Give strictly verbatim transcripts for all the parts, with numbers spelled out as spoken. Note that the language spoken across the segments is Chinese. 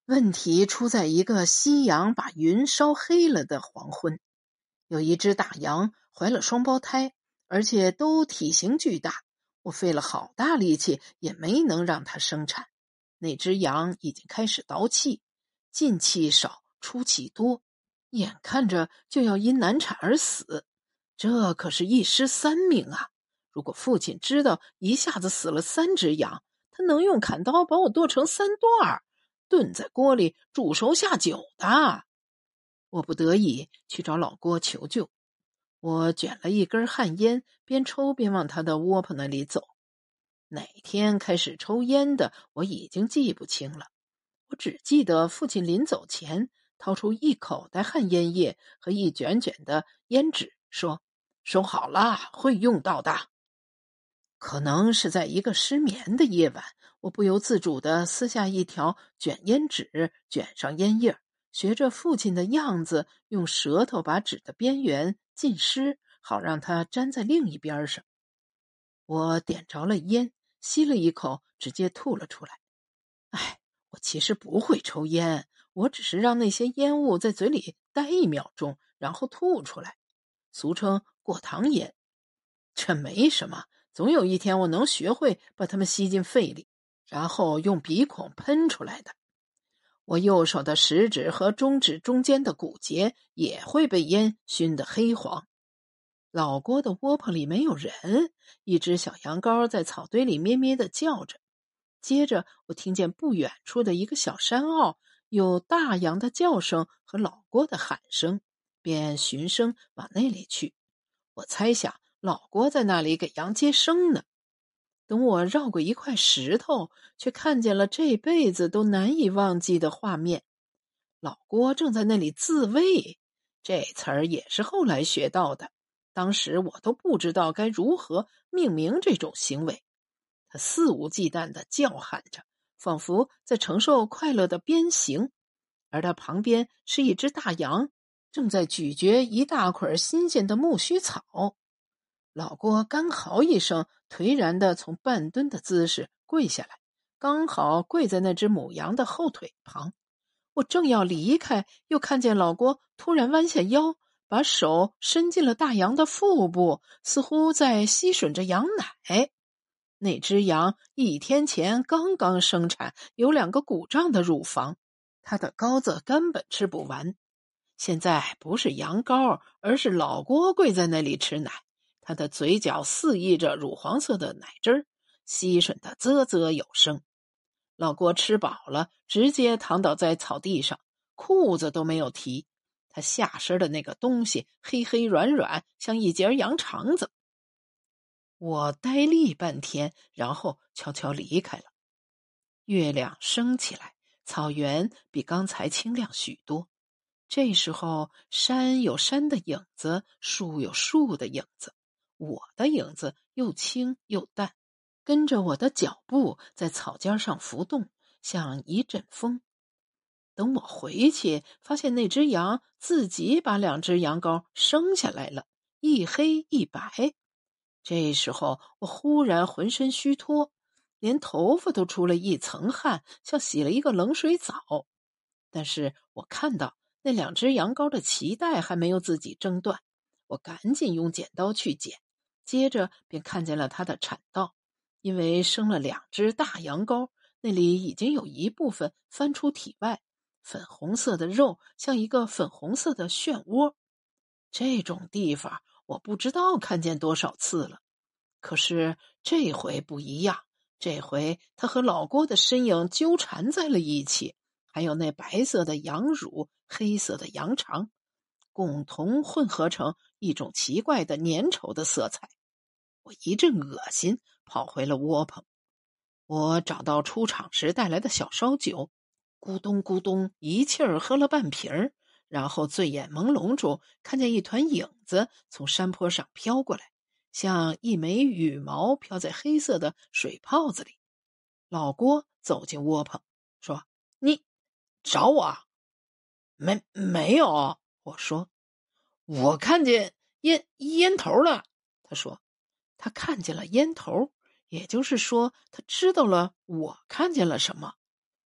问题出在一个夕阳把云烧黑了的黄昏。有一只大羊怀了双胞胎，而且都体型巨大，我费了好大力气也没能让它生产。那只羊已经开始倒气，进气少出气多，眼看着就要因难产而死，这可是一尸三命啊！如果父亲知道一下子死了三只羊，他能用砍刀把我剁成三段，炖在锅里煮熟下酒的。我不得已去找老郭求救。我卷了一根旱烟，边抽边往他的窝棚那里走。哪天开始抽烟的我已经记不清了，我只记得父亲临走前掏出一口袋旱烟叶和一卷卷的烟纸，说收好了，会用到的。可能是在一个失眠的夜晚，我不由自主地撕下一条卷烟纸，卷上烟叶，学着父亲的样子，用舌头把纸的边缘浸湿，好让它粘在另一边上。我点着了烟，吸了一口，直接吐了出来。哎，我其实不会抽烟，我只是让那些烟雾在嘴里待一秒钟，然后吐出来，俗称过堂烟。这没什么，总有一天我能学会把它们吸进肺里，然后用鼻孔喷出来的。我右手的食指和中指中间的骨节也会被烟熏得黑黄。老郭的窝棚里没有人，一只小羊羔在草堆里咩咩地叫着。接着我听见不远处的一个小山坳有大羊的叫声和老郭的喊声，便循声往那里去。我猜想老郭在那里给羊接生呢。等我绕过一块石头，却看见了这辈子都难以忘记的画面。老郭正在那里自慰，这词儿也是后来学到的，当时我都不知道该如何命名这种行为。他肆无忌惮地叫喊着，仿佛在承受快乐的鞭刑，而他旁边是一只大羊，正在咀嚼一大捆新鲜的苜蓿草。老郭干嚎一声，颓然地从半蹲的姿势跪下来，刚好跪在那只母羊的后腿旁。我正要离开，又看见老郭突然弯下腰，把手伸进了大羊的腹部，似乎在吸吮着羊奶。那只羊一天前刚刚生产，有两个鼓胀的乳房，它的羔子根本吃不完。现在不是羊羔，而是老郭跪在那里吃奶，他的嘴角肆意着乳黄色的奶汁儿，吸吮得啧啧有声。老郭吃饱了，直接躺倒在草地上，裤子都没有提。他下身的那个东西黑黑软软，像一截羊肠子。我呆立半天，然后悄悄离开了。月亮升起来，草原比刚才清亮许多。这时候山有山的影子，树有树的影子，我的影子又轻又淡，跟着我的脚步在草尖上浮动，像一阵风。等我回去，发现那只羊自己把两只羊羔生下来了，一黑一白。这时候我忽然浑身虚脱，连头发都出了一层汗，像洗了一个冷水澡。但是我看到那两只羊羔的脐带还没有自己挣断，我赶紧用剪刀去剪，接着便看见了它的产道。因为生了两只大羊羔，那里已经有一部分翻出体外，粉红色的肉像一个粉红色的漩涡。这种地方我不知道看见多少次了，可是这回不一样，这回他和老郭的身影纠缠在了一起，还有那白色的羊乳，黑色的羊肠，共同混合成一种奇怪的粘稠的色彩。我一阵恶心，跑回了窝棚。我找到出场时带来的小烧酒，咕咚咕咚一气儿喝了半瓶儿，然后醉眼朦胧中看见一团影子从山坡上飘过来，像一枚羽毛飘在黑色的水泡子里。老郭走进窝棚，说：“你找我啊？”“没没有。”我说。“我看见烟烟头了。”他说。他看见了烟头，也就是说他知道了我看见了什么。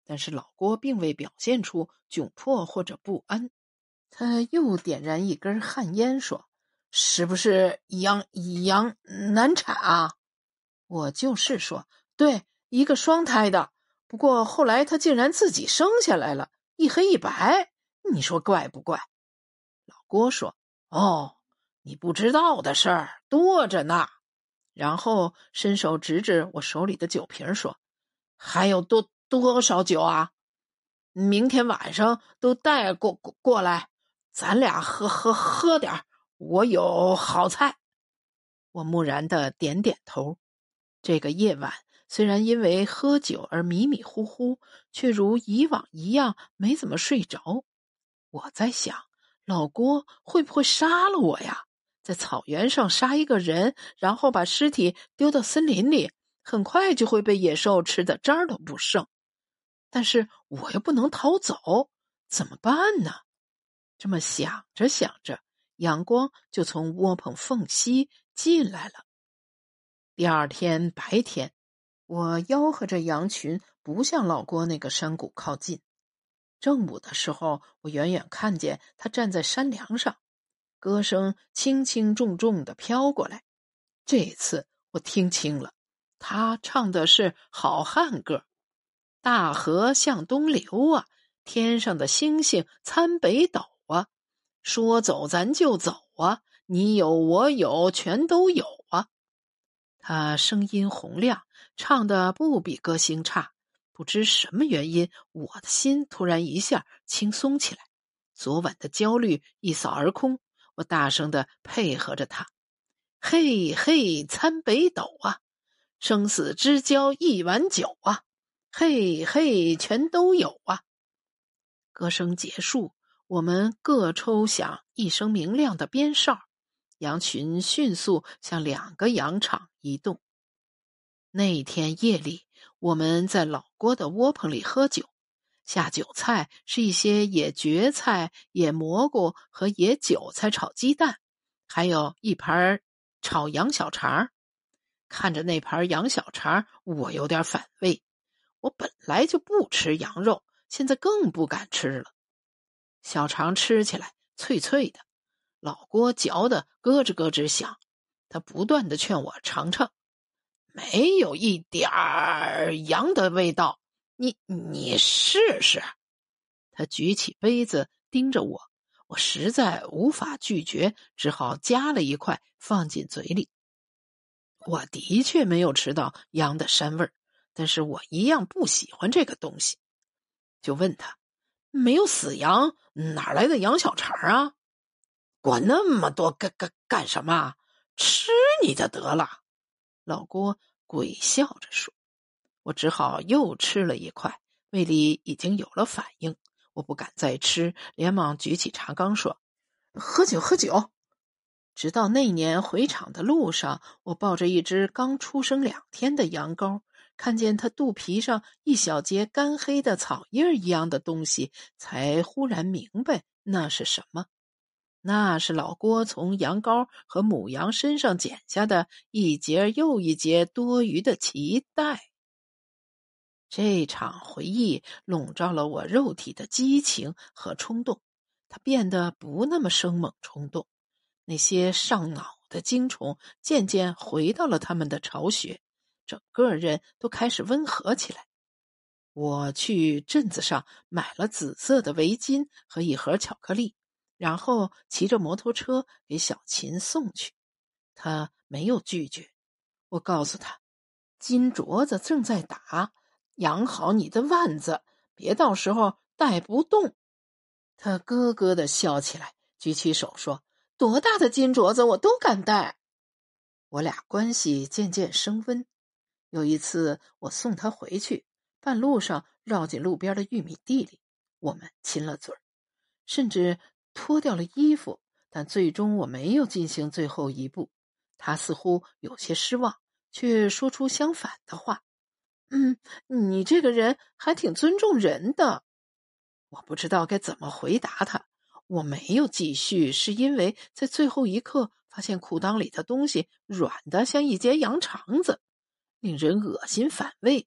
但是老郭并未表现出窘迫或者不安。他又点燃一根旱烟，说：“是不是羊羊难产啊？”我就是说：“对，一个双胎的，不过后来他竟然自己生下来了，一黑一白，你说怪不怪？”老郭说：“哦，你不知道的事儿多着呢。”然后伸手指指我手里的酒瓶说：“还有多多少酒啊？明天晚上都带过过过来，咱俩喝喝喝点，我有好菜。”我木然的点点头。这个夜晚虽然因为喝酒而迷迷糊糊，却如以往一样没怎么睡着。我在想，老郭会不会杀了我呀？在草原上杀一个人，然后把尸体丢到森林里，很快就会被野兽吃得渣儿都不剩。但是我又不能逃走，怎么办呢？这么想着想着，阳光就从窝棚缝隙进来了。第二天白天，我吆喝着羊群不向老郭那个山谷靠近。正午的时候，我远远看见他站在山梁上，歌声轻轻重重地飘过来。这次我听清了，他唱的是好汉歌：“大河向东流啊，天上的星星参北斗啊，说走咱就走啊，你有我有全都有啊。”他声音洪亮，唱得不比歌星差。不知什么原因，我的心突然一下轻松起来，昨晚的焦虑一扫而空。我大声地配合着他：“嘿嘿参北斗啊，生死之交一碗酒啊，嘿嘿全都有啊。”歌声结束，我们各抽响一声明亮的鞭哨，羊群迅速向两个羊场移动。那天夜里，我们在老郭的窝棚里喝酒，下酒菜是一些野蕨菜、野蘑菇和野韭菜炒鸡蛋，还有一盘炒羊小肠。看着那盘羊小肠，我有点反胃。我本来就不吃羊肉，现在更不敢吃了。小肠吃起来脆脆的，老郭嚼得咯吱咯吱响。他不断地劝我尝尝，没有一点儿羊的味道，你你试试。他举起杯子盯着我，我实在无法拒绝，只好夹了一块放进嘴里。我的确没有吃到羊的膻味，但是我一样不喜欢这个东西。就问他，没有死羊，哪来的羊小肠啊？管那么多干干干什么？吃你就得了。老郭鬼笑着说。我只好又吃了一块，胃里已经有了反应，我不敢再吃，连忙举起茶缸说：“喝酒喝酒。”直到那年回厂的路上，我抱着一只刚出生两天的羊羔，看见它肚皮上一小截干黑的草叶一样的东西，才忽然明白那是什么。那是老郭从羊羔和母羊身上剪下的一节又一节多余的脐带。这场回忆笼罩了我肉体的激情和冲动，它变得不那么生猛冲动。那些上脑的精虫渐渐回到了他们的巢穴，整个人都开始温和起来。我去镇子上买了紫色的围巾和一盒巧克力，然后骑着摩托车给小琴送去。她没有拒绝。我告诉她，金镯子正在打，养好你的腕子，别到时候带不动。她咯咯地笑起来，举起手说，多大的金镯子我都敢戴。我俩关系渐渐升温。有一次我送她回去，半路上绕进路边的玉米地里，我们亲了嘴儿，甚至脱掉了衣服，但最终我没有进行最后一步。她似乎有些失望，却说出相反的话。嗯，你这个人还挺尊重人的。我不知道该怎么回答他。我没有继续，是因为在最后一刻发现裤裆里的东西软得像一截羊肠子，令人恶心反胃，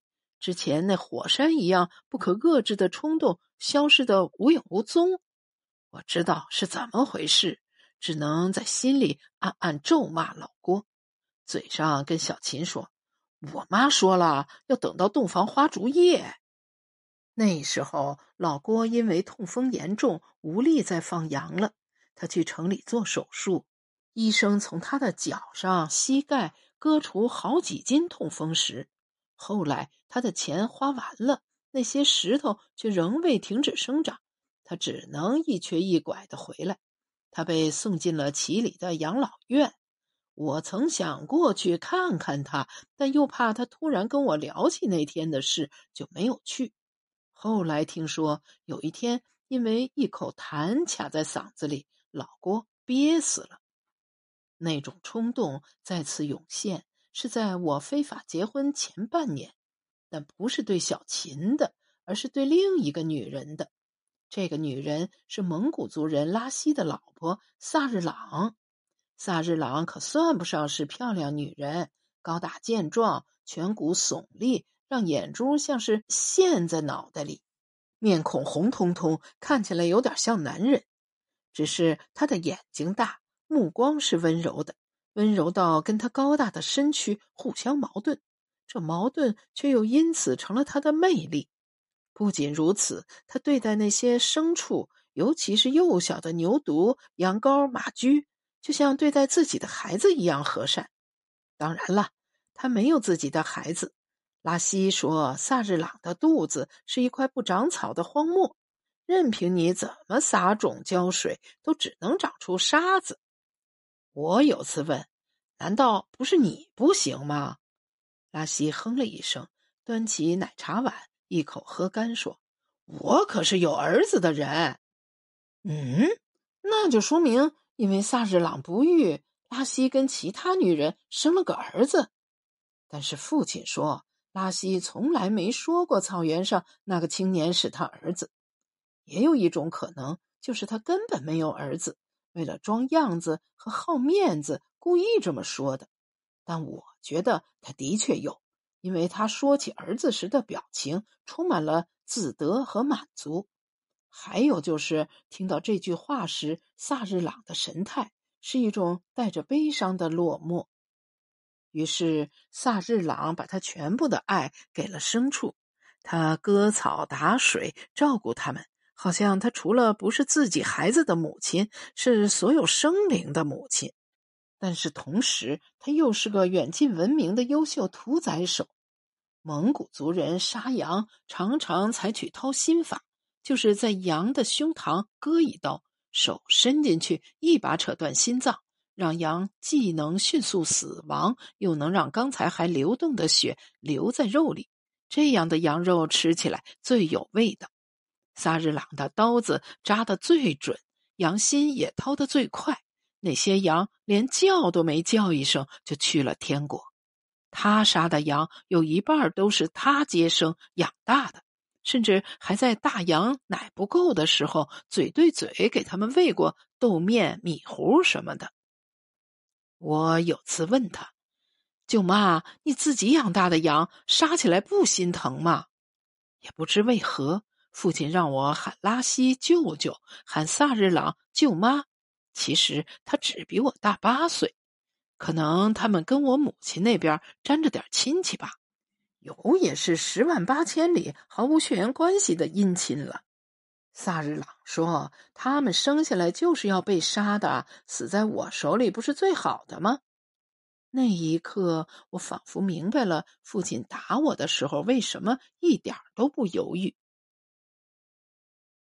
之前那火山一样不可遏制的冲动消失得无影无踪。我知道是怎么回事，只能在心里暗暗咒骂老郭，嘴上跟小琴说，我妈说了，要等到洞房花烛夜。那时候老郭因为痛风严重，无力再放羊了，他去城里做手术，医生从他的脚上、膝盖割除好几斤痛风石。后来他的钱花完了，那些石头却仍未停止生长，他只能一瘸一拐地回来。他被送进了齐里的养老院。我曾想过去看看他，但又怕他突然跟我聊起那天的事，就没有去。后来听说有一天因为一口痰卡在嗓子里，老郭憋死了。那种冲动再次涌现，是在我非法结婚前半年，但不是对小琴的，而是对另一个女人的。这个女人是蒙古族人拉希的老婆萨日朗。萨日朗可算不上是漂亮女人，高大健壮，颧骨耸立，让眼珠像是陷在脑袋里，面孔红彤彤，看起来有点像男人。只是她的眼睛大，目光是温柔的，温柔到跟她高大的身躯互相矛盾，这矛盾却又因此成了她的魅力。不仅如此，她对待那些牲畜，尤其是幼小的牛犊、羊羔、马驹，就像对待自己的孩子一样和善。当然了，她没有自己的孩子。拉希说，萨日朗的肚子是一块不长草的荒漠，任凭你怎么撒种浇水，都只能长出沙子。我有次问，难道不是你不行吗？拉希哼了一声，端起奶茶碗一口喝干，说，我可是有儿子的人。嗯，那就说明因为萨日朗不育，拉希跟其他女人生了个儿子。但是父亲说，拉希从来没说过草原上那个青年是他儿子。也有一种可能，就是他根本没有儿子，为了装样子和好面子故意这么说的。但我觉得他的确有，因为他说起儿子时的表情充满了自得和满足。还有就是听到这句话时，萨日朗的神态是一种带着悲伤的落寞。于是萨日朗把他全部的爱给了牲畜，他割草打水照顾他们，好像他除了不是自己孩子的母亲，是所有生灵的母亲。但是同时他又是个远近闻名的优秀屠宰手。蒙古族人杀羊常常采取掏心法，就是在羊的胸膛割一刀，手伸进去一把扯断心脏，让羊既能迅速死亡，又能让刚才还流动的血留在肉里，这样的羊肉吃起来最有味道。萨日朗的刀子扎得最准，羊心也掏得最快，那些羊连叫都没叫一声就去了天国。他杀的羊有一半都是他接生养大的，甚至还在大羊奶不够的时候，嘴对嘴给他们喂过豆面、米糊什么的。我有次问他，舅妈，你自己养大的羊杀起来不心疼吗？也不知为何，父亲让我喊拉希舅舅，喊萨日朗舅妈。其实他只比我大八岁，可能他们跟我母亲那边沾着点亲戚吧，有也是十万八千里毫无血缘关系的姻亲了。萨日朗说，他们生下来就是要被杀的，死在我手里不是最好的吗？那一刻我仿佛明白了父亲打我的时候为什么一点都不犹豫。